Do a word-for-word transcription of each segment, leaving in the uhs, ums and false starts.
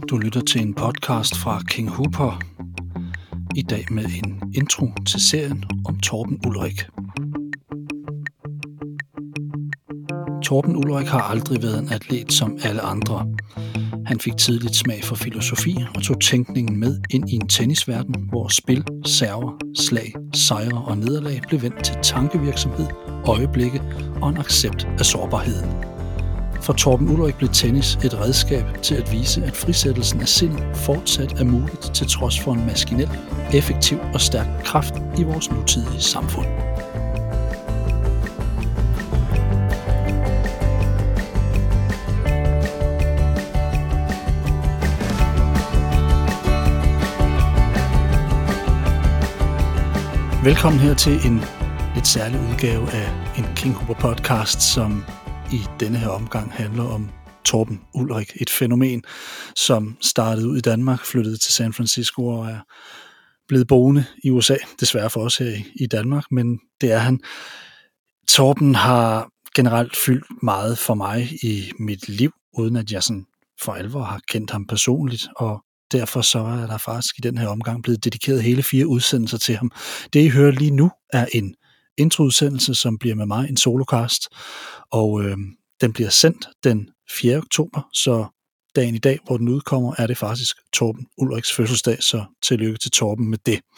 Du lytter til en podcast fra King Hooper. I dag med en intro til serien om Torben Ulrik. Torben Ulrik har aldrig været en atlet som alle andre. Han fik tidligt smag for filosofi og tog tænkningen med ind i en tennisverden, hvor spil, server, slag, sejre og nederlag blev vendt til tankevirksomhed, øjeblikke og en accept af sårbarheden. For Torben Ulrik blev tennis et redskab til at vise, at frisættelsen af sindet fortsat er muligt til trods for en maskinel, effektiv og stærk kraft i vores nutidige samfund. Velkommen her til en lidt særlig udgave af en King Hooper podcast, som i denne her omgang handler om Torben Ulrik, et fænomen, som startede ud i Danmark, flyttede til San Francisco og er blevet boende i U S A, desværre for os her i Danmark, men det er han. Torben har generelt fyldt meget for mig i mit liv, uden at jeg sådan for alvor har kendt ham personligt, og derfor så er der faktisk i den her omgang blevet dedikeret hele fire udsendelser til ham. Det I hører lige nu er en introudsendelse, som bliver med mig en solocast, og øh, den bliver sendt den fjerde oktober, så dagen i dag, hvor den udkommer, er det faktisk Torben Ulriks fødselsdag, så tillykke til Torben med det.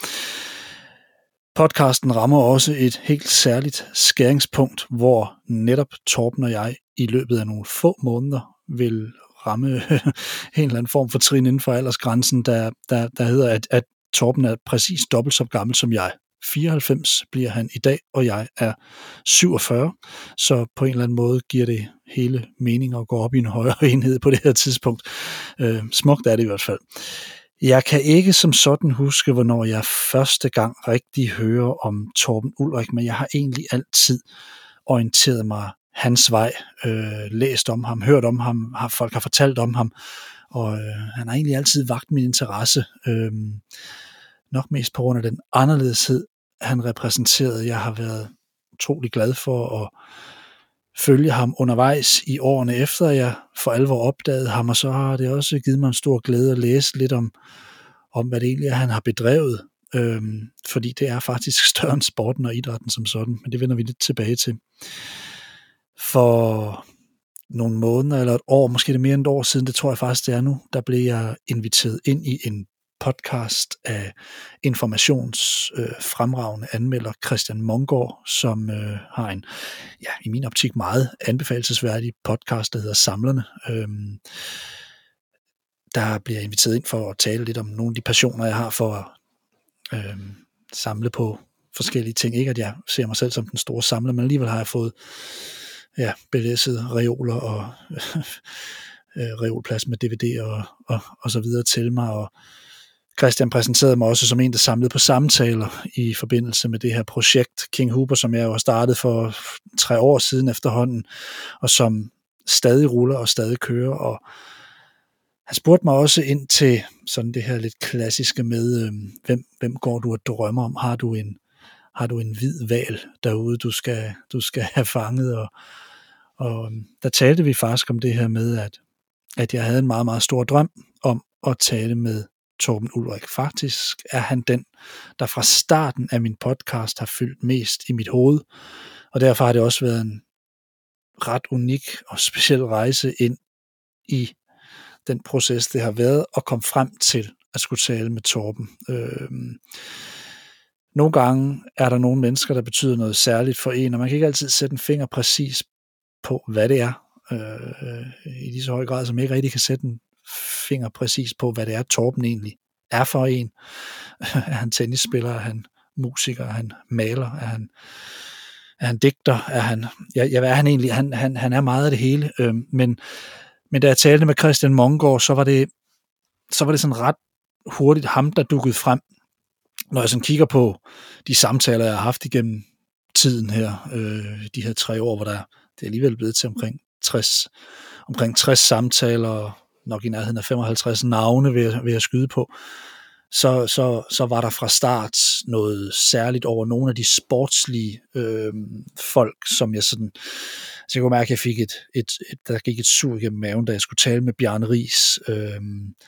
Podcasten rammer også et helt særligt skæringspunkt, hvor netop Torben og jeg i løbet af nogle få måneder vil ramme en eller anden form for trin inden for aldersgrænsen, der, der, der hedder, at, at Torben er præcis dobbelt så gammel som jeg. fireoghalvfems bliver han i dag, og jeg er syvogfyrre, så på en eller anden måde giver det hele mening at gå op i en højere enhed på det her tidspunkt. Øh, smukt er det i hvert fald. Jeg kan ikke som sådan huske, hvornår jeg første gang rigtig hører om Torben Ulrik, men jeg har egentlig altid orienteret mig hans vej, øh, læst om ham, hørt om ham, har, folk har fortalt om ham, og øh, han har egentlig altid vakt min interesse. Øh, nok mest på grund af den anderledeshed, han repræsenterede. Jeg har været utrolig glad for at følge ham undervejs i årene efter, jeg for alvor opdagede ham, og så har det også givet mig en stor glæde at læse lidt om, om hvad det egentlig er, han har bedrevet, øhm, fordi det er faktisk større end sporten og idrætten som sådan, men det vender vi lidt tilbage til. For nogle måneder eller et år, måske det mere end et år siden, det tror jeg faktisk det er nu, der blev jeg inviteret ind i en podcast af informations øh, fremragende anmelder Christian Mongård, som øh, har en, ja, i min optik meget anbefalelsesværdig podcast, der hedder Samlerne. Øhm, der bliver jeg inviteret ind for at tale lidt om nogle af de passioner, jeg har for at øh, samle på forskellige ting. Ikke at jeg ser mig selv som den store samler, men alligevel har jeg fået ja, belæsset reoler og øh, reolplads med D V D og, og, og så videre til mig, og Christian præsenterede mig også som en, der samlede på samtaler i forbindelse med det her projekt King Hooper, som jeg jo har startet for tre år siden efterhånden, og som stadig ruller og stadig kører. Og han spurgte mig også ind til sådan det her lidt klassiske med, øh, hvem, hvem går du og drømmer om? Har du en, har du en hvid hval derude, du skal, du skal have fanget? Og, og der talte vi faktisk om det her med, at, at jeg havde en meget, meget stor drøm om at tale med Torben Ulrik. Faktisk er han den, der fra starten af min podcast har fyldt mest i mit hoved, og derfor har det også været en ret unik og speciel rejse ind i den proces, det har været at komme frem til at skulle tale med Torben. Øhm, nogle gange er der nogle mennesker, der betyder noget særligt for en, og man kan ikke altid sætte en finger præcis på, hvad det er, øh, i lige så høj grad, som jeg ikke rigtig kan sætte en finger præcis på, hvad det er, Torben egentlig er for en. Er han tennisspiller? Er han musiker? Er han maler? Er han, er han digter? Er han, ja, ja, hvad er han egentlig? Han, han, han er meget af det hele. Øhm, men, men da jeg talte med Christian Mongård, så var det, så var det sådan ret hurtigt ham, der dukkede frem. Når jeg sådan kigger på de samtaler, jeg har haft igennem tiden her, øh, de her tre år, hvor der, det er alligevel blevet til omkring tres, omkring tres samtaler, nok i nærheden af femoghalvtreds navne vil jeg, vil jeg skyde på, så, så, så var der fra start noget særligt over nogle af de sportslige øh, folk, som jeg sådan, så jeg kunne mærke, at jeg fik et, et, et der gik et sug igennem maven, da jeg skulle tale med Bjarne Riis. Øh,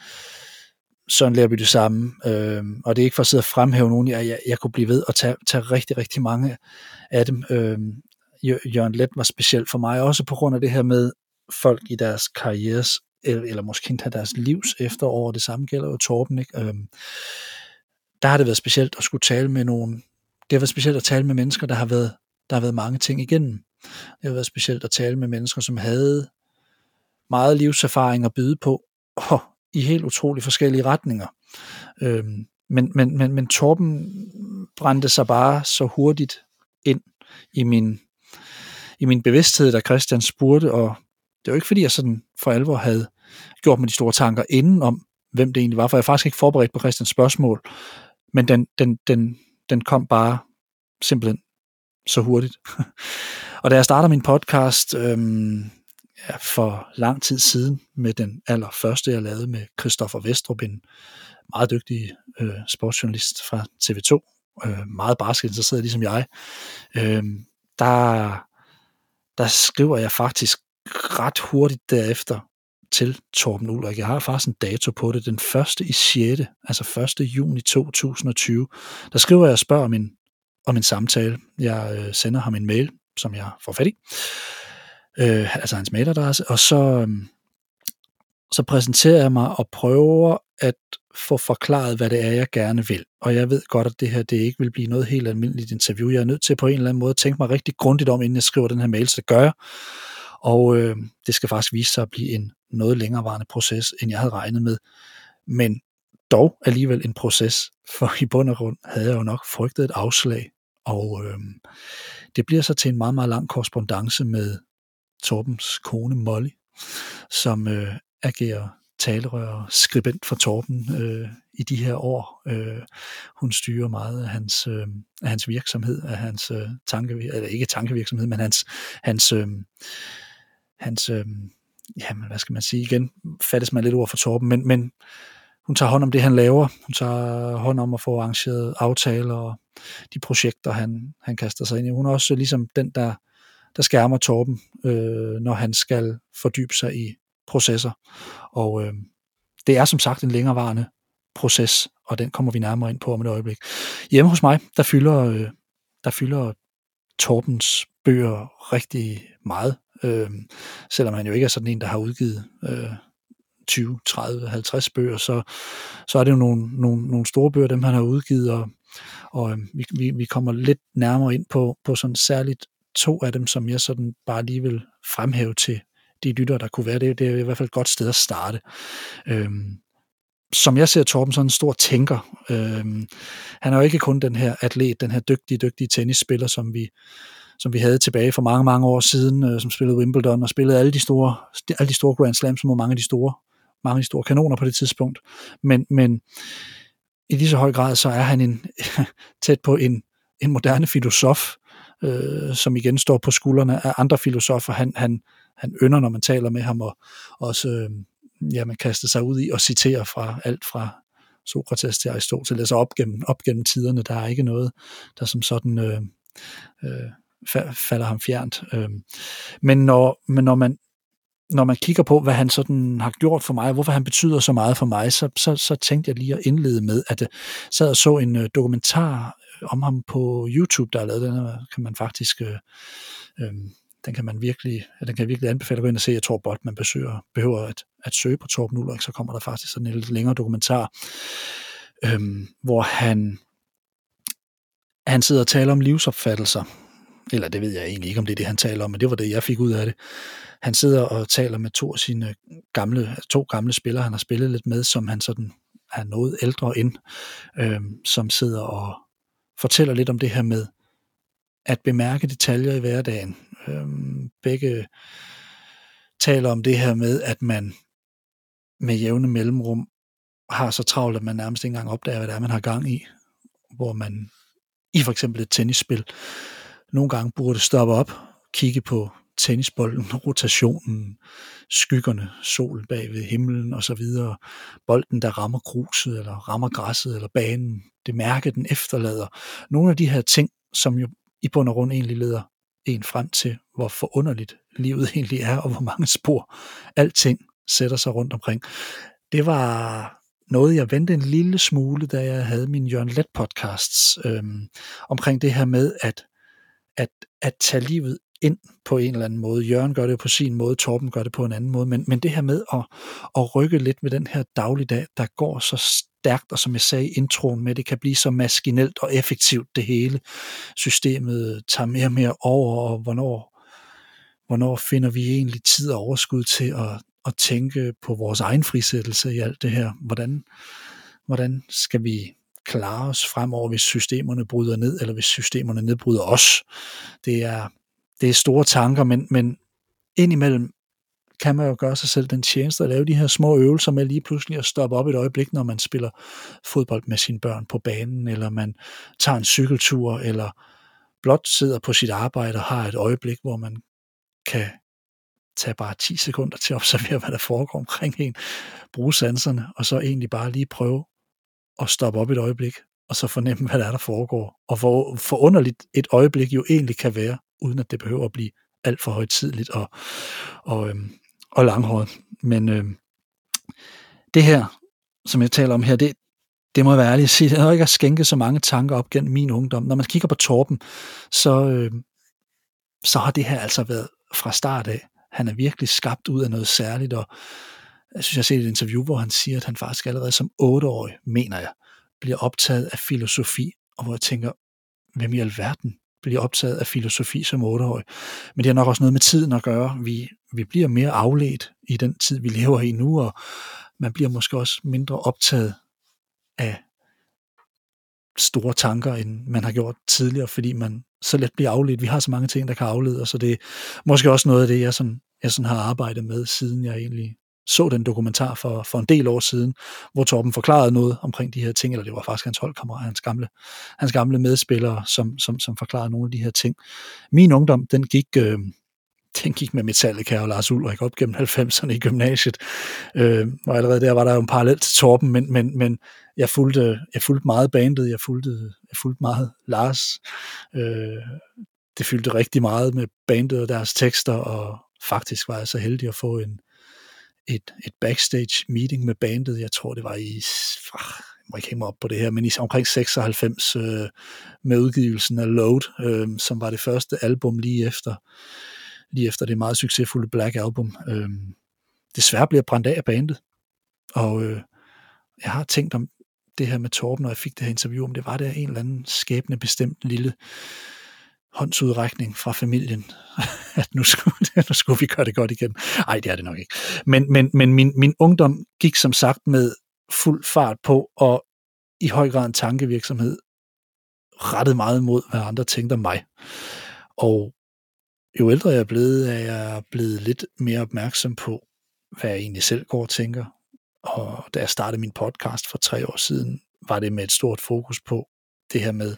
Søren Lerby det samme, øh, og det er ikke for at sidde og fremhæve nogen, jeg, jeg, jeg kunne blive ved at tage, tage rigtig, rigtig mange af dem. Øh, Jørgen Leth var specielt for mig, også på grund af det her med folk i deres karrieres, eller, eller måske endda deres livs efterår, det samme gælder jo Torben, ikke? Øh, der har det været specielt at skulle tale med nogen, det har været specielt at tale med mennesker, der har været, der har været mange ting igennem. Det har været specielt at tale med mennesker, som havde meget livserfaring at byde på, oh, i helt utrolig forskellige retninger. Øhm, men, men, men, men Torben brændte sig bare så hurtigt ind i min, i min bevidsthed, da Christian spurgte, og det var ikke fordi, jeg sådan for alvor havde gjort mig de store tanker inden om, hvem det egentlig var, for jeg er faktisk ikke forberedt på Christians spørgsmål, men den, den, den, den kom bare simpelthen så hurtigt. Og da jeg starter min podcast øhm, ja, for lang tid siden med den allerførste, jeg lavede med Christoffer Westrup, en meget dygtig øh, sportsjournalist fra T V to, øh, meget basketinteresseret ligesom jeg, øh, der, der skriver jeg faktisk ret hurtigt derefter til Torben Ulrik. Jeg har faktisk en dato på det, den første i sjette, altså første juni to tusind og tyve. Der skriver jeg og spørger om en, om en samtale. Jeg øh, sender ham en mail, som jeg får fat i, øh, altså hans mailadresse, og så, øh, så præsenterer jeg mig og prøver at få forklaret, hvad det er, jeg gerne vil. Og jeg ved godt, at det her det ikke vil blive noget helt almindeligt interview. Jeg er nødt til på en eller anden måde at tænke mig rigtig grundigt om, inden jeg skriver den her mail, så det gør jeg. Og øh, det skal faktisk vise sig at blive en noget længerevarende proces, end jeg havde regnet med. Men dog alligevel en proces, for i bund og grund havde jeg jo nok frygtet et afslag. Og øh, det bliver så til en meget, meget lang korrespondance med Torbens kone Molly, som øh, agerer talerør og skribent for Torben øh, i de her år. Øh, hun styrer meget af hans, øh, af hans virksomhed, af hans øh, tanke, eller ikke tankevirksomhed, men hans, hans, øh, hans øh, jamen, hvad skal man sige igen, fattes man lidt ord for Torben, men, men hun tager hånd om det, han laver. Hun tager hånd om at få arrangeret aftaler og de projekter, han, han kaster sig ind i. Hun er også ligesom den, der, der skærmer Torben, øh, når han skal fordybe sig i processer. Og øh, det er som sagt en længerevarende proces, og den kommer vi nærmere ind på om et øjeblik. Hjemme hos mig, der fylder, øh, der fylder Torbens bøger rigtig meget, øh, selvom han jo ikke er sådan en, der har udgivet øh, tyve, tredive, halvtreds bøger, så, så er det jo nogle, nogle, nogle store bøger, dem han har udgivet, og, og øh, vi, vi, vi kommer lidt nærmere ind på, på sådan særligt to af dem, som jeg sådan bare lige vil fremhæve til de lyttere, der kunne være. Det, det er i hvert fald et godt sted at starte. Øhm, som jeg ser Torben sådan en stor tænker. Øhm, han er jo ikke kun den her atlet, den her dygtige, dygtige tennisspiller, som vi, som vi havde tilbage for mange, mange år siden, øh, som spillede Wimbledon og spillede alle de store, alle de store Grand Slams, som var mange af de store, mange af de store kanoner på det tidspunkt. Men, men i lige så høj grad, så er han en, tæt på en, en moderne filosof, øh, som igen står på skuldrene af andre filosofer. Han, han, han ynder, når man taler med ham, og også øh, ja, man kaster sig ud i og citerer fra alt fra Sokrates til Aristoteles og op gennem, op gennem tiderne. Der er ikke noget, der som sådan øh, øh, falder ham fjernt. Øh. Men, når, men når man når man kigger på, hvad han sådan har gjort for mig, hvorfor han betyder så meget for mig, så, så, så tænkte jeg lige at indlede med, at jeg sad og så en dokumentar om ham på YouTube, der er lavet. Den kan man faktisk, øh, øh, den kan man virkelig, ja, den kan jeg virkelig anbefale at gå ind og se. Jeg tror godt, man besøger, behøver at, at søge på Torben Ulrik, så kommer der faktisk sådan en lidt længere dokumentar, øh, hvor han, han sidder og taler om livsopfattelser. Eller det ved jeg egentlig ikke, om det er det, han taler om, men det var det, jeg fik ud af det. Han sidder og taler med to af sine gamle, to gamle spillere, han har spillet lidt med, som han sådan er noget ældre end, øh, som sidder og fortæller lidt om det her med at bemærke detaljer i hverdagen. Øh, begge taler om det her med, at man med jævne mellemrum har så travlt, at man nærmest ikke engang opdager, hvad det er, man har gang i, hvor man i for eksempel et tennisspil nogle gange burde stoppe op, kigge på tennisbolden, rotationen, skyggerne, solen bag ved himlen og så videre, bolden, der rammer gruset, eller rammer græsset, eller banen, det mærke, den efterlader. Nogle af de her ting, som jo i bund og grund egentlig leder en frem til, hvor forunderligt livet egentlig er, og hvor mange spor alting sætter sig rundt omkring. Det var noget, jeg vendte en lille smule, da jeg havde min Jørgen Let podcasts, øhm, omkring det her med, at, at, at tage livet ind på en eller anden måde. Jørgen gør det på sin måde, Torben gør det på en anden måde, men, men det her med at, at rykke lidt med den her dagligdag, der går så stærkt, og som jeg sagde i introen med, det kan blive så maskinelt og effektivt det hele. Systemet tager mere og mere over, og hvornår, hvornår finder vi egentlig tid og overskud til at, at tænke på vores egen frisættelse i alt det her. Hvordan, hvordan skal vi klare os fremover, hvis systemerne bryder ned, eller hvis systemerne nedbryder os? Det er, det er store tanker, men, men indimellem kan man jo gøre sig selv den tjeneste at lave de her små øvelser med lige pludselig at stoppe op et øjeblik, når man spiller fodbold med sine børn på banen, eller man tager en cykeltur, eller blot sidder på sit arbejde og har et øjeblik, hvor man kan tage bare ti sekunder til at observere, hvad der foregår omkring en, bruge sanserne, og så egentlig bare lige prøve at stoppe op et øjeblik, og så fornemme, hvad der er, der foregår. Og hvor forunderligt et øjeblik jo egentlig kan være, uden at det behøver at blive alt for højtideligt og, og, øhm, og langhåret. Men øhm, det her, som jeg taler om her, det, det må jeg være ærlig at sige, det har ikke at skænke så mange tanker op gennem min ungdom. Når man kigger på Torben, så, øhm, så har det her altså været fra start af. Han er virkelig skabt ud af noget særligt, og jeg synes, jeg har set et interview, hvor han siger, at han faktisk allerede som otteårig, mener jeg, bliver optaget af filosofi, og hvor jeg tænker, hvem i alverden bliver optaget af filosofi som otteårig? Men det har nok også noget med tiden at gøre. Vi, vi bliver mere afledt i den tid, vi lever i nu, og man bliver måske også mindre optaget af store tanker, end man har gjort tidligere, fordi man så let bliver afledt. Vi har så mange ting, der kan aflede os, så det er måske også noget af det, jeg, sådan, jeg sådan har arbejdet med, siden jeg egentlig så den dokumentar for, for en del år siden, hvor Torben forklarede noget omkring de her ting, eller det var faktisk hans holdkammerat, hans gamle, hans gamle medspillere, som, som, som forklarede nogle af de her ting. Min ungdom, den gik, øh, den gik med Metallica og Lars Ulrik op gennem halvfemserne i gymnasiet, øh, og allerede der var der jo en parallel til Torben, men, men, men jeg, fulgte, jeg fulgte meget bandet, jeg fulgte, jeg fulgte meget Lars, øh, det fyldte rigtig meget med bandet og deres tekster, og faktisk var jeg så heldig at få en Et, et backstage meeting med bandet, jeg tror det var i, jeg må ikke hænge mig op på det her, men i omkring seksoghalvfems øh, med udgivelsen af Load, øh, som var det første album lige efter, lige efter det meget succesfulde Black Album. Øh, desværre bliver brændt af af bandet, og øh, jeg har tænkt om det her med Torben, når jeg fik det her interview, om det var der en eller anden skæbne bestemt lille håndsudrækning fra familien, at nu skulle, nu skulle vi gøre det godt igen. Ej, det er det nok ikke. Men, men, men min, min ungdom gik som sagt med fuld fart på, og i høj grad en tankevirksomhed rettet meget mod, hvad andre tænkte om mig. Og jo ældre jeg er blevet, er jeg blevet lidt mere opmærksom på, hvad jeg egentlig selv går og tænker. Og da jeg startede min podcast for tre år siden, var det med et stort fokus på det her med,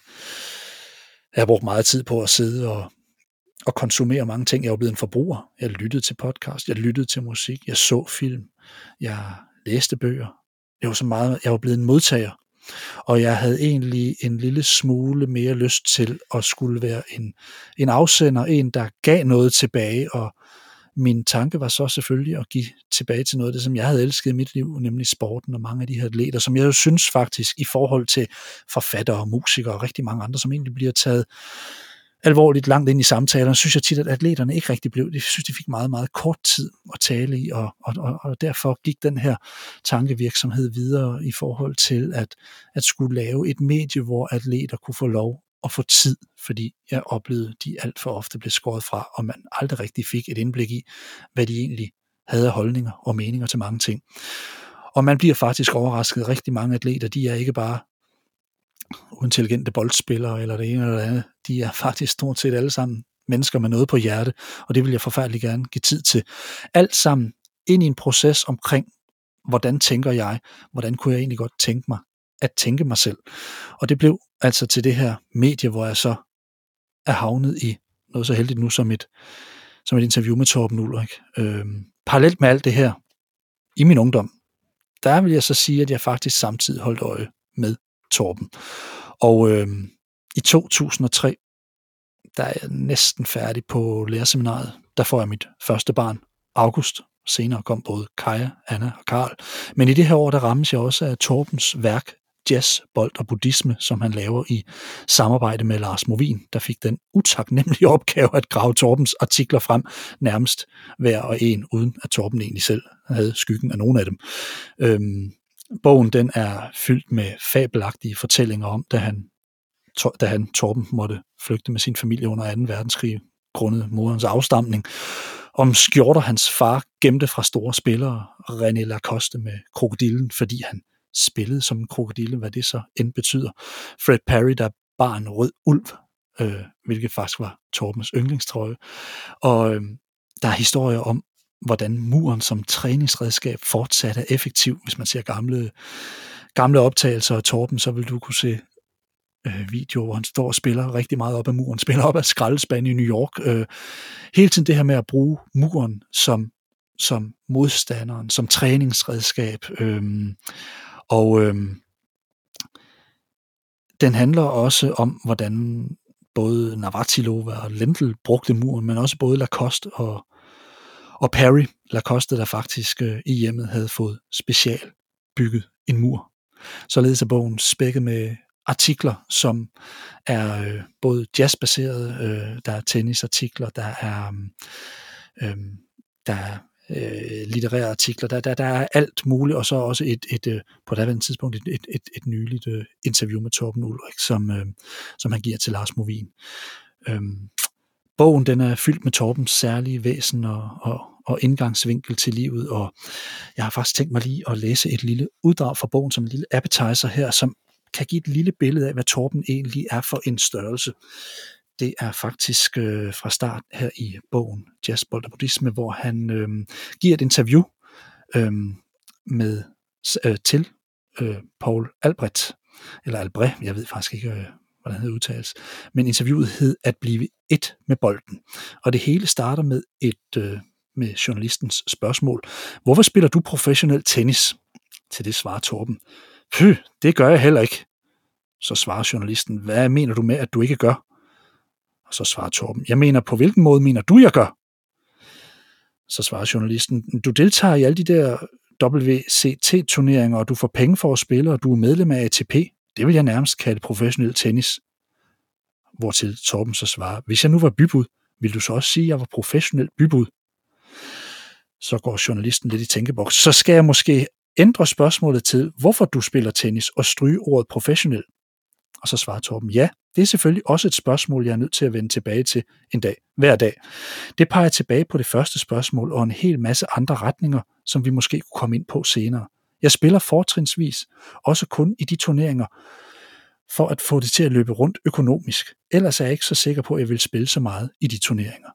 jeg har brugt meget tid på at sidde og, og konsumere mange ting. Jeg er blevet en forbruger. Jeg lyttede til podcast, jeg lyttede til musik, jeg så film, jeg læste bøger. Jeg var så meget, jeg var blevet en modtager. Og jeg havde egentlig en lille smule mere lyst til at skulle være en, en afsender, en der gav noget tilbage, og min tanke var så selvfølgelig at give tilbage til noget af det, som jeg havde elsket i mit liv, nemlig sporten og mange af de her atleter, som jeg jo synes faktisk i forhold til forfattere og musikere og rigtig mange andre, som egentlig bliver taget alvorligt langt ind i samtalerne, synes jeg tit, at atleterne ikke rigtig blev. Jeg synes, de fik meget, meget kort tid at tale i, og, og, og derfor gik den her tankevirksomhed videre i forhold til at, at skulle lave et medie, hvor atleter kunne få lov at få tid, fordi jeg oplevede, at de alt for ofte blev skåret fra, og man aldrig rigtig fik et indblik i, hvad de egentlig havde af holdninger og meninger til mange ting. Og man bliver faktisk overrasket. Rigtig mange atleter, de er ikke bare uintelligente boldspillere eller det ene eller det andet. De er faktisk stort set alle sammen mennesker med noget på hjerte, og det vil jeg forfærdeligt gerne give tid til. Alt sammen ind i en proces omkring, hvordan tænker jeg, hvordan kunne jeg egentlig godt tænke mig at tænke mig selv. Og det blev altså til det her medie, hvor jeg så er havnet i noget så heldigt nu som et, som et interview med Torben Ulrik. Øh, parallelt med alt det her, i min ungdom, der vil jeg så sige, at jeg faktisk samtidig holdt øje med Torben. Og øh, i to tusind og tre, der er jeg næsten færdig på lærerseminaret. Der får jeg mit første barn, August. Senere kom både Kaja, Anna og Karl. Men i det her år, der rammes jeg også af Torbens værk, Jazz, Bold og Buddhisme, som han laver i samarbejde med Lars Movin, der fik den utaknemmelige opgave at grave Torbens artikler frem, nærmest hver og en, uden at Torben egentlig selv havde skyggen af nogen af dem. Øhm, bogen den er fyldt med fabelagtige fortællinger om, da han, da han, Torben, måtte flygte med sin familie under anden verdenskrig, grundet moderens afstamning, om skjorter hans far gemte fra store spillere, René Lacoste med krokodillen, fordi han spillede som en krokodille, hvad det så end betyder. Fred Perry, der bar en rød ulv, øh, hvilket faktisk var Torbens yndlingstrøje. Og øh, der er historier om, hvordan muren som træningsredskab fortsat er effektiv. Hvis man ser gamle, gamle optagelser af Torben, så vil du kunne se øh, videoer, hvor han står og spiller rigtig meget op ad muren, spiller op ad skraldespanden i New York. Øh, hele tiden det her med at bruge muren som, som modstanderen, som træningsredskab. Øh, og øh, den handler også om, hvordan både Navratilova og Lendl brugte muren, men også både Lacoste og, og Perry. Lacoste, der faktisk øh, i hjemmet havde fået special bygget en mur. Således er bogen spækket med artikler, som er øh, både jazzbaserede, øh, der er tennisartikler, der er, øh, der er øh, litterære artikler, der, der, der er alt muligt, og så også et, et, et på daværende tidspunkt et, et, et, et nyligt øh, interview med Torben Ulrik, som, øh, som han giver til Lars Movin. Øh, bogen den er fyldt med Torbens særlige væsen og, og, og indgangsvinkel til livet, og jeg har faktisk tænkt mig lige at læse et lille uddrag fra bogen som en lille appetizer her, som kan give et lille billede af, hvad Torben egentlig er for en størrelse. Det er faktisk øh, fra start her i bogen Jazz, Bold og Buddhisme, hvor han øh, giver et interview øh, med øh, til øh, Paul Albrecht, eller Albrecht, jeg ved faktisk ikke, øh, hvordan det udtales, men interviewet hed At blive et med bolden. Og det hele starter med et øh, med journalistens spørgsmål. Hvorfor spiller du professionel tennis? Til det svarer Torben. Fy, det gør jeg heller ikke. Så svarer journalisten, hvad mener du med, at du ikke gør? Og så svarer Torben, jeg mener, på hvilken måde mener du, jeg gør? Så svarer journalisten, du deltager i alle de der W C T-turneringer, og du får penge for at spille, og du er medlem af A T P. Det vil jeg nærmest kalde professionel tennis. Hvortil Torben så svarer, hvis jeg nu var bybud, vil du så også sige, at jeg var professionel bybud? Så går journalisten lidt i tænkeboks. Så skal jeg måske ændre spørgsmålet til, hvorfor du spiller tennis, og stryge ordet professionel. Og så svarer Torben, ja, det er selvfølgelig også et spørgsmål, jeg er nødt til at vende tilbage til en dag, hver dag. Det peger tilbage på det første spørgsmål og en hel masse andre retninger, som vi måske kunne komme ind på senere. Jeg spiller fortrinsvis, også kun i de turneringer, for at få det til at løbe rundt økonomisk. Ellers er jeg ikke så sikker på, at jeg vil spille så meget i de turneringer.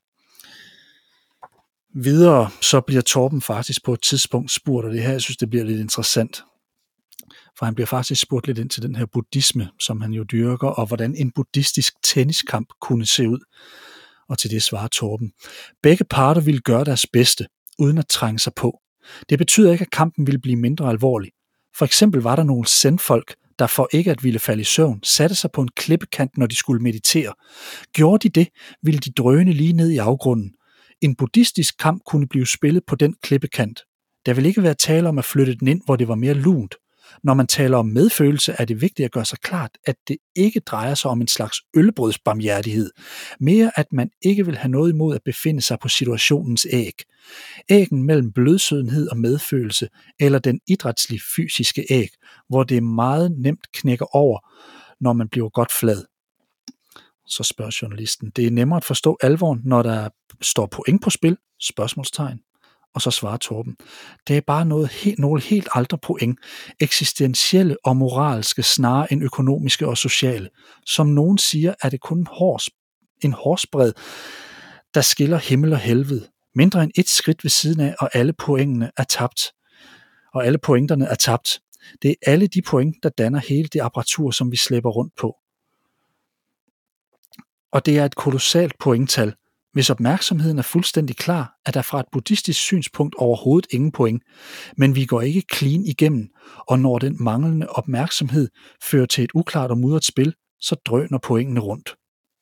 Videre så bliver Torben faktisk på et tidspunkt spurgt, og det her, jeg synes, det bliver lidt interessant. For han bliver faktisk spurgt lidt ind til den her buddhisme, som han jo dyrker, og hvordan en buddhistisk tenniskamp kunne se ud. Og til det svarer Torben. Begge parter ville gøre deres bedste, uden at trænge sig på. Det betyder ikke, at kampen ville blive mindre alvorlig. For eksempel var der nogle zen-folk, der for ikke at ville falde i søvn, satte sig på en klippekant, når de skulle meditere. Gjorde de det, ville de drøne lige ned i afgrunden. En buddhistisk kamp kunne blive spillet på den klippekant. Der ville ikke være tale om at flytte den ind, hvor det var mere lunt. Når man taler om medfølelse, er det vigtigt at gøre sig klart, at det ikke drejer sig om en slags øllebrødsbarmhjertighed. Mere at man ikke vil have noget imod at befinde sig på situationens æg. Æggen mellem blødsødenhed og medfølelse, eller den idrætslige fysiske æg, hvor det meget nemt knækker over, når man bliver godt flad. Så spørger journalisten, det er nemmere at forstå alvoren, når der står point på spil? Spørgsmålstegn. Og så svarer Torben, det er bare noget helt, nogle helt andre point, eksistentielle og moralske snarere end økonomiske og sociale. Som nogen siger, er det kun en, hårs, en hårspred, der skiller himmel og helvede. Mindre end et skridt ved siden af, og alle pointene er tabt. Og alle pointerne er tabt. Det er alle de point, der danner hele det apparatur, som vi slæber rundt på. Og det er et kolossalt pointtal, Hvis opmærksomheden er fuldstændig klar, er der fra et buddhistisk synspunkt overhovedet ingen point, men vi går ikke clean igennem, og når den manglende opmærksomhed fører til et uklart og mudret spil, så drøner pointene rundt.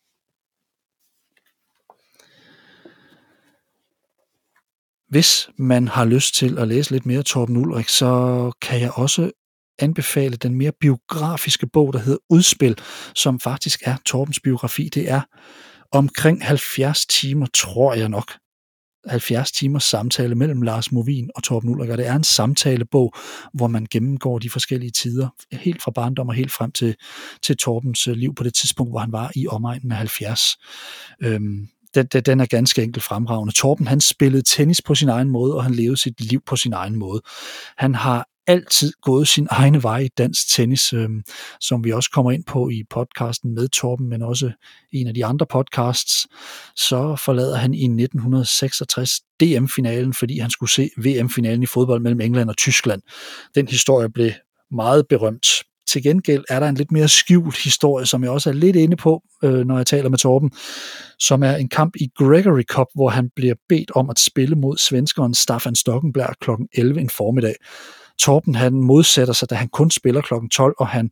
Hvis man har lyst til at læse lidt mere Torben Ulrik, så kan jeg også anbefale den mere biografiske bog, der hedder Udspil, som faktisk er Torbens biografi. Det er omkring halvfjerds timer, tror jeg nok. halvfjerds timers samtale mellem Lars Movin og Torben Ulrik, og det er en samtalebog, hvor man gennemgår de forskellige tider, helt fra barndom og helt frem til, til Torbens liv på det tidspunkt, hvor han var i omegnen af halvfjerds. Øhm, den, den er ganske enkelt fremragende. Torben, han spillede tennis på sin egen måde, og han levede sit liv på sin egen måde. Han har altid gået sin egne vej i dansk tennis, øh, som vi også kommer ind på i podcasten med Torben, men også en af de andre podcasts. Så forlader han i nitten seksogtres D M-finalen, fordi han skulle se V M-finalen i fodbold mellem England og Tyskland. Den historie blev meget berømt. Til gengæld er der en lidt mere skjult historie, som jeg også er lidt inde på, øh, når jeg taler med Torben, som er en kamp i Gregory Cup, hvor han bliver bedt om at spille mod svenskeren Staffan Stockenberg klokken elleve en formiddag. Torben, han modsætter sig, da han kun spiller klokken tolv, og han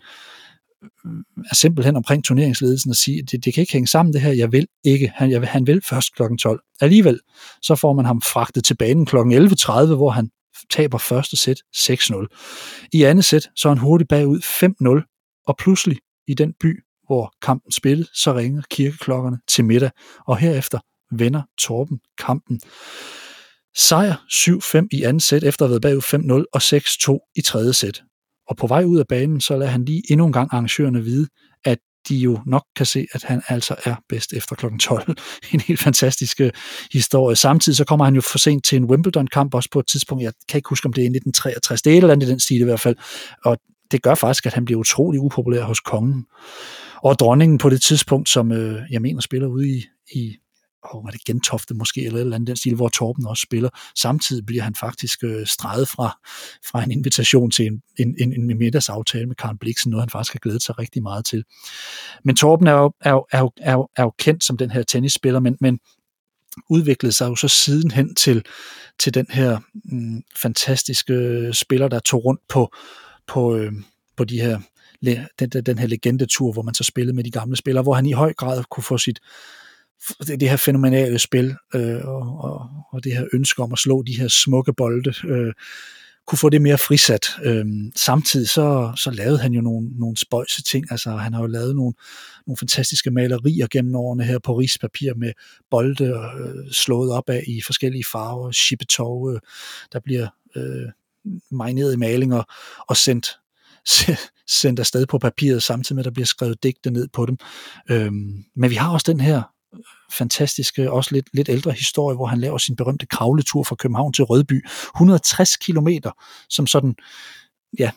er simpelthen omkring turneringsledelsen og siger, det, det kan ikke hænge sammen det her, jeg vil ikke, han, jeg vil, han vil først klokken tolv. Alligevel, så får man ham fragtet til banen klokken elleve tredive, hvor han taber første sæt seks nul. I andet sæt, så er han hurtigt bagud fem nul, og pludselig i den by, hvor kampen spillede, så ringer kirkeklokkerne til middag, og herefter vender Torben kampen. Sejr syv fem i andet sæt, efter at have været bagud fem nul, og seks to i tredje sæt. Og på vej ud af banen, så lader han lige endnu en gang arrangørerne vide, at de jo nok kan se, at han altså er bedst efter klokken tolv. En helt fantastisk historie. Samtidig så kommer han jo for sent til en Wimbledon-kamp, også på et tidspunkt, jeg kan ikke huske, om det er i nitten treogtres, det er et eller andet i den stil i hvert fald, og det gør faktisk, at han bliver utrolig upopulær hos kongen. Og dronningen på det tidspunkt, som øh, jeg mener spiller ude i, i og var det Gentofte måske, eller et eller andet den stil, hvor Torben også spiller. Samtidig bliver han faktisk øh, streget fra, fra en invitation til en, en, en, en middagsaftale med Karen Blixen, noget han faktisk har glædet sig rigtig meget til. Men Torben er jo, er jo, er jo, er jo, er jo kendt som den her tennisspiller, men, men udviklede sig jo så sidenhen til, til den her mm, fantastiske spiller, der tog rundt på, på, øh, på de her, den, den her legendetur, hvor man så spillede med de gamle spillere, hvor han i høj grad kunne få sit det, det her fænomenale spil øh, og, og, og det her ønske om at slå de her smukke bolde, øh, kunne få det mere frisat. Øh, samtidig så, så lavede han jo nogle, nogle spøjse ting. Altså, han har jo lavet nogle, nogle fantastiske malerier gennem årene her på rispapir med bolde øh, slået op af i forskellige farver, chipetov, øh, der bliver øh, marineret i malinger og sendt sendt afsted på papiret, samtidig med, at der bliver skrevet digte ned på dem. Øh, men vi har også den her fantastiske, også lidt, lidt ældre historie, hvor han laver sin berømte kravletur fra København til Rødby. et hundrede og tres kilometer, som sådan, ja,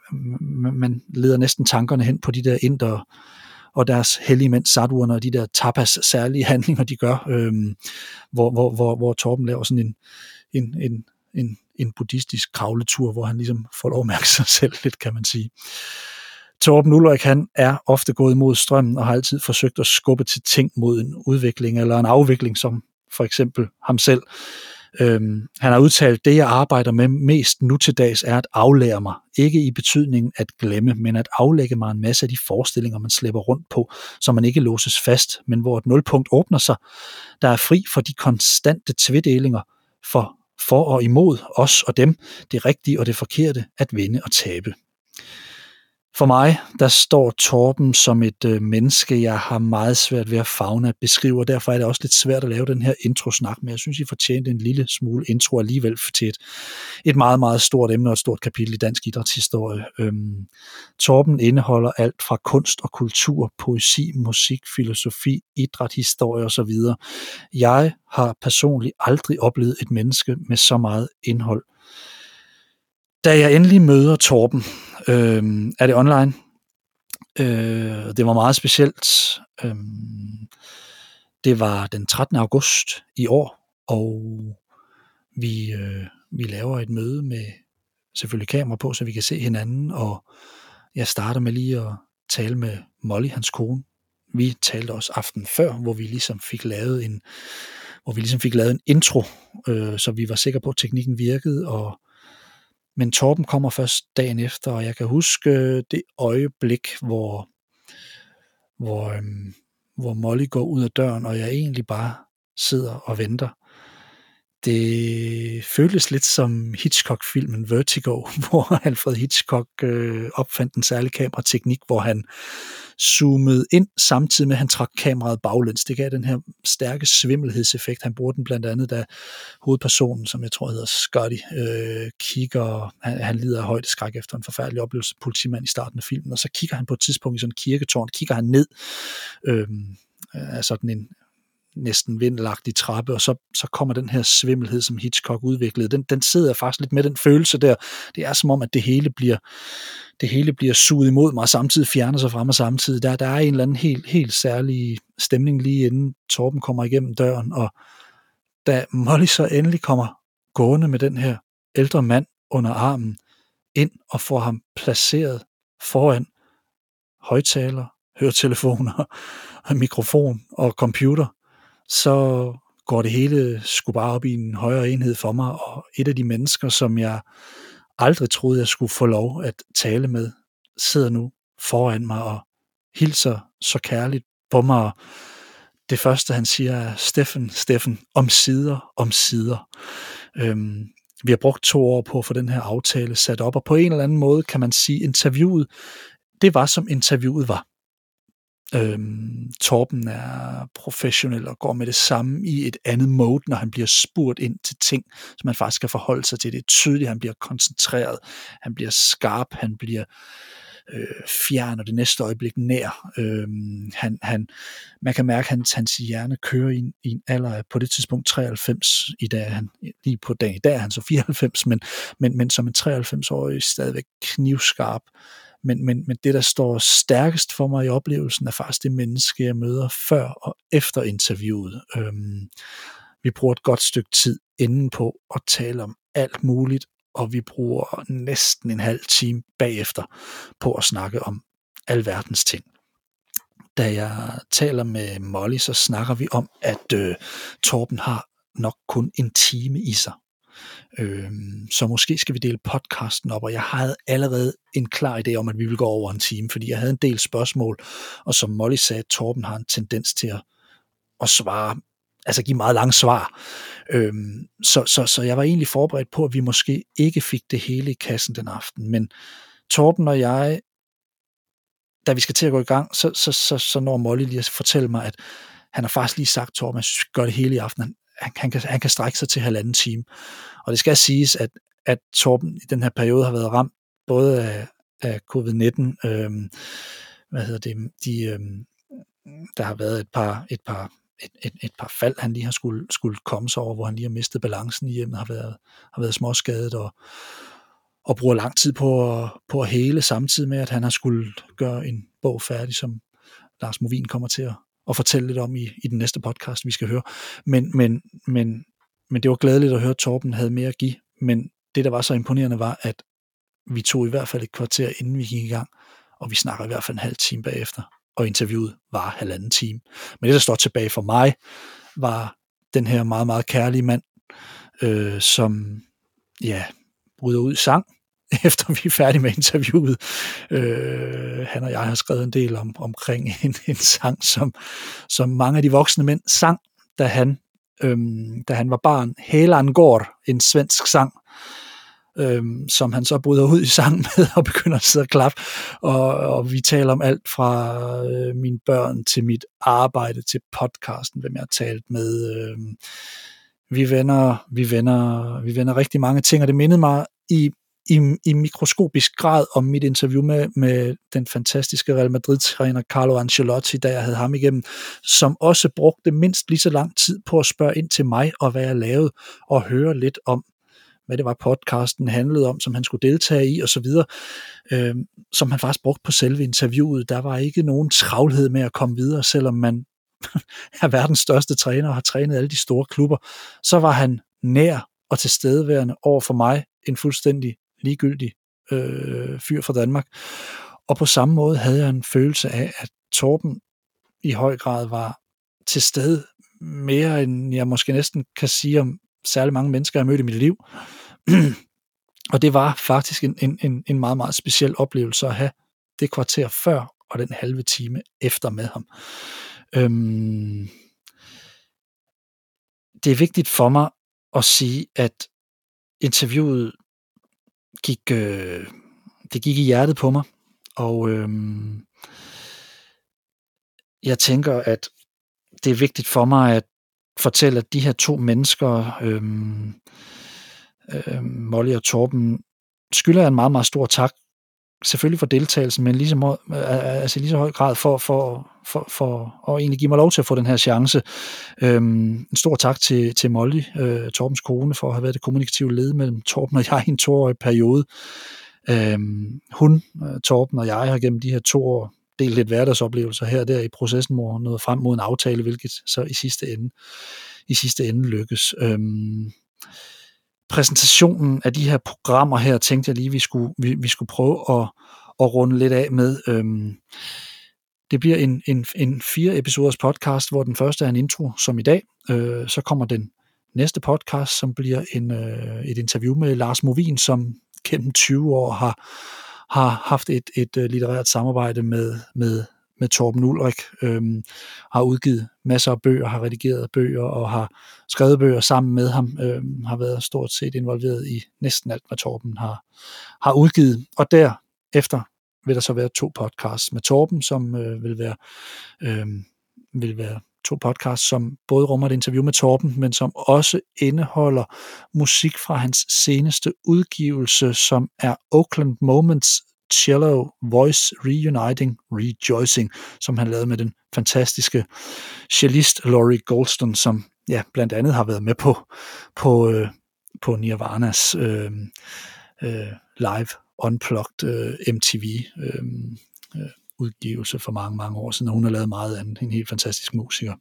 man leder næsten tankerne hen på de der indere og deres hellige mænd, sadhuerne, og de der tapas særlige handlinger, de gør, øhm, hvor, hvor, hvor, hvor Torben laver sådan en, en, en, en, en buddhistisk kravletur, hvor han ligesom får lov at mærke sig selv lidt, kan man sige. Torben Ulrik, han er ofte gået imod strømmen og har altid forsøgt at skubbe til ting mod en udvikling eller en afvikling, som for eksempel ham selv. Øhm, han har udtalt, det jeg arbejder med mest nu til dags er at aflære mig. Ikke i betydningen at glemme, men at aflægge mig en masse af de forestillinger, man slæber rundt på, så man ikke låses fast, men hvor et nulpunkt åbner sig, der er fri for de konstante tvedelinger for, for og imod os og dem, det rigtige og det forkerte, at vinde og tabe. For mig, der står Torben som et øh, menneske, jeg har meget svært ved at favne at beskrive, og derfor er det også lidt svært at lave den her introsnak, men jeg synes, I fortjente en lille smule intro alligevel til et, et meget, meget stort emne og et stort kapitel i dansk idrætshistorie. Øhm, Torben indeholder alt fra kunst og kultur, poesi, musik, filosofi, idræt, historie osv. Jeg har personligt aldrig oplevet et menneske med så meget indhold. Da jeg endelig møder Torben, øh, er det online. Øh, det var meget specielt. Øh, det var den trettende august i år, og vi, øh, vi laver et møde med selvfølgelig kamera på, så vi kan se hinanden, og jeg starter med lige at tale med Molly, hans kone, Vi talte også aften før, hvor vi ligesom fik lavet en, hvor vi ligesom fik lavet en intro, øh, så vi var sikre på, at teknikken virkede, og men Torben kommer først dagen efter, og jeg kan huske det øjeblik, hvor, hvor, øhm, hvor Molly går ud af døren, og jeg egentlig bare sidder og venter. Det føltes lidt som Hitchcock-filmen Vertigo, hvor Alfred Hitchcock øh, opfandt en særlig kamerateknik, hvor han zoomede ind, samtidig med at han trak kameraet baglæns. Det gav den her stærke svimmelhedseffekt. Han bruger den blandt andet, da hovedpersonen, som jeg tror hedder Scotty, øh, kigger, han, han lider af højdeskræk efter en forfærdelig oplevelse, politimand i starten af filmen, og så kigger han på et tidspunkt i sådan en kirketårn, kigger han ned øh, af sådan en næsten vindelagtig trappe, og så, så kommer den her svimmelhed, som Hitchcock udviklede, den, den sidder faktisk lidt med den følelse der. Det er som om, at det hele bliver det hele bliver suget imod mig, og samtidig fjerner sig fra mig samtidig. Der, der er en eller anden helt, helt særlig stemning lige inden Torben kommer igennem døren, og da Molly så endelig kommer gående med den her ældre mand under armen ind og får ham placeret foran højttaler, høretelefoner, mikrofon og computer, så går det hele sgu bare op i en højere enhed for mig, og et af de mennesker, som jeg aldrig troede, jeg skulle få lov at tale med, sidder nu foran mig og hilser så kærligt på mig. Det første, han siger, er, Steffen, Steffen, om sider, om sider. Øhm, vi har brugt to år på at få den her aftale sat op, og på en eller anden måde kan man sige, interviewet, det var som interviewet var. Øhm, Torben er professionel og går med det samme i et andet mode, når han bliver spurgt ind til ting, som man faktisk skal forholde sig til. Det er tydeligt, han bliver koncentreret, han bliver skarp, han bliver øh, fjern, og det næste øjeblik nær. Øhm, han, han, man kan mærke, at hans, hans hjerne kører i en, i en alder af på det tidspunkt treoghalvfems. I dag, han, lige på dagen i dag er han så fireoghalvfems, men, men, men som en treoghalvfems-årig stadigvæk knivskarp. Men, men, men det, der står stærkest for mig i oplevelsen, er faktisk det menneske, jeg møder før og efter interviewet. Øhm, vi bruger et godt stykke tid inden på at tale om alt muligt, og vi bruger næsten en halv time bagefter på at snakke om alverdens ting. Da jeg taler med Molly, så snakker vi om, at øh, Torben har nok kun en time i sig. Øhm, så måske skal vi dele podcasten op, og jeg havde allerede en klar idé om, at vi ville gå over en time, fordi jeg havde en del spørgsmål, og som Molly sagde, Torben har en tendens til at, at svare, altså give meget lange svar. Øhm, så, så, så jeg var egentlig forberedt på, at vi måske ikke fik det hele i kassen den aften, men Torben og jeg, da vi skal til at gå i gang, så, så, så, så når Molly lige at fortælle mig, at han har faktisk lige sagt, Torben, jeg synes, vi gør det hele i aften. Han, han, han, kan, han kan strække sig til halvanden time. Og det skal siges, at, at Torben i den her periode har været ramt både af, af covid nitten, øhm, hvad hedder det, de, øhm, der har været et par, et par, et, et, et par fald, han lige har skulle, skulle komme sig over, hvor han lige har mistet balancen i hjemmet, har været, har været småskadet og, og bruger lang tid på at, på at hele, samtidig med, at han har skulle gøre en bog færdig, som Lars Movin kommer til at, at fortælle lidt om i, i den næste podcast, vi skal høre. Men, men, men, men det var glædeligt at høre, at Torben havde mere at give, men det, der var så imponerende, var, at vi tog i hvert fald et kvarter, inden vi gik i gang, og vi snakker i hvert fald en halv time bagefter, og interviewet var halvanden time. Men det, der står tilbage for mig, var den her meget, meget kærlige mand, øh, som, ja, bryder ud i sang, efter vi er færdige med interviewet. Øh, han og jeg har skrevet en del om, omkring en, en sang, som, som mange af de voksne mænd sang, da han, øhm, da han var barn. Helan går, en svensk sang, øhm, som han så bryder ud i sang med og begynder at sidde og klappe. Og, og vi taler om alt fra øh, mine børn til mit arbejde til podcasten, hvem jeg har talt med. Øh, vi vender, vi vender, vi vender rigtig mange ting, og det mindede mig i I, i mikroskopisk grad om mit interview med, med den fantastiske Real Madrid-træner Carlo Ancelotti, da jeg havde ham igennem, som også brugte mindst lige så lang tid på at spørge ind til mig og hvad jeg lavede, og høre lidt om, hvad det var podcasten handlede om, som han skulle deltage i osv., øh, som han faktisk brugte på selve interviewet. Der var ikke nogen travlhed med at komme videre, selvom man er verdens største træner og har trænet alle de store klubber. Så var han nær og tilstedeværende over for mig, en fuldstændig ligegyldig øh, fyr fra Danmark. Og på samme måde havde jeg en følelse af, at Torben i høj grad var til stede mere, end jeg måske næsten kan sige om særlig mange mennesker, jeg har mødt i mit liv. Og det var faktisk en, en, en meget, meget speciel oplevelse at have det kvarter før og den halve time efter med ham. Øhm, det er vigtigt for mig at sige, at interviewet gik, øh, det gik i hjertet på mig, og øhm, jeg tænker, at det er vigtigt for mig at fortælle, at de her to mennesker, øhm, øhm, Molly og Torben, skylder jeg en meget, meget stor tak, selvfølgelig for deltagelsen, men lige så, må, altså lige så høj grad for, for, for, for at egentlig give mig lov til at få den her chance. Øhm, en stor tak til, til Molly, øh, Torbens kone, for at have været det kommunikative led mellem Torben og jeg i en toårig periode. Øhm, hun, Torben og jeg har gennem de her to år delt lidt hverdagsoplevelser her og der i processen, hvor noget frem mod en aftale, hvilket så i sidste ende, i sidste ende lykkes. Øhm, præsentationen af de her programmer her, tænkte jeg lige, vi skulle, vi, vi skulle prøve at, at runde lidt af med. Øhm, det bliver en, en, en fire episoders podcast, hvor den første er en intro, som i dag. Øh, så kommer den næste podcast, som bliver en, øh, et interview med Lars Movin, som gennem tyve år har, har haft et, et, et litterært samarbejde med, med, med Torben Ulrik, øhm, har udgivet masser af bøger, har redigeret bøger og har skrevet bøger sammen med ham, øhm, har været stort set involveret i næsten alt, hvad Torben har, har udgivet. Og derefter vil der så være to podcasts med Torben, som øh, vil være øh, vil være to podcasts, som både rummer et interview med Torben, men som også indeholder musik fra hans seneste udgivelse, som er Oakland Moments Cello Voice Reuniting Rejoicing, som han lavede med den fantastiske cellist Laurie Goldston, som ja, blandt andet har været med på, på, øh, på Nirvanas øh, øh, live unplugged øh, M T V øh, øh, udgivelse for mange, mange år siden, og hun har lavet meget andet. En helt fantastisk musiker.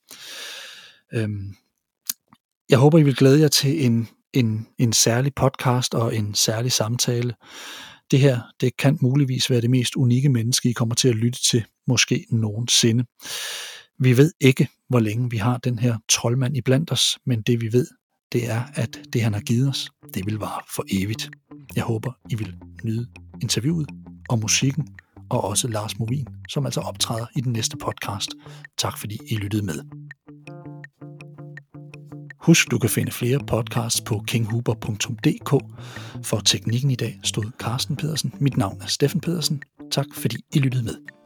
Øhm, jeg håber, I vil glæde jer til en, en, en særlig podcast og en særlig samtale. Det her, det kan muligvis være det mest unikke menneske, I kommer til at lytte til, måske nogensinde. Vi ved ikke, hvor længe vi har den her troldmand iblandt os, men det vi ved, det er, at det han har givet os, det vil vare for evigt. Jeg håber, I vil nyde interviewet og musikken, og også Lars Movin, som altså optræder i den næste podcast. Tak fordi I lyttede med. Husk, du kan finde flere podcasts på kinghuber punktum d k. For teknikken i dag stod Carsten Pedersen. Mit navn er Steffen Pedersen. Tak fordi I lyttede med.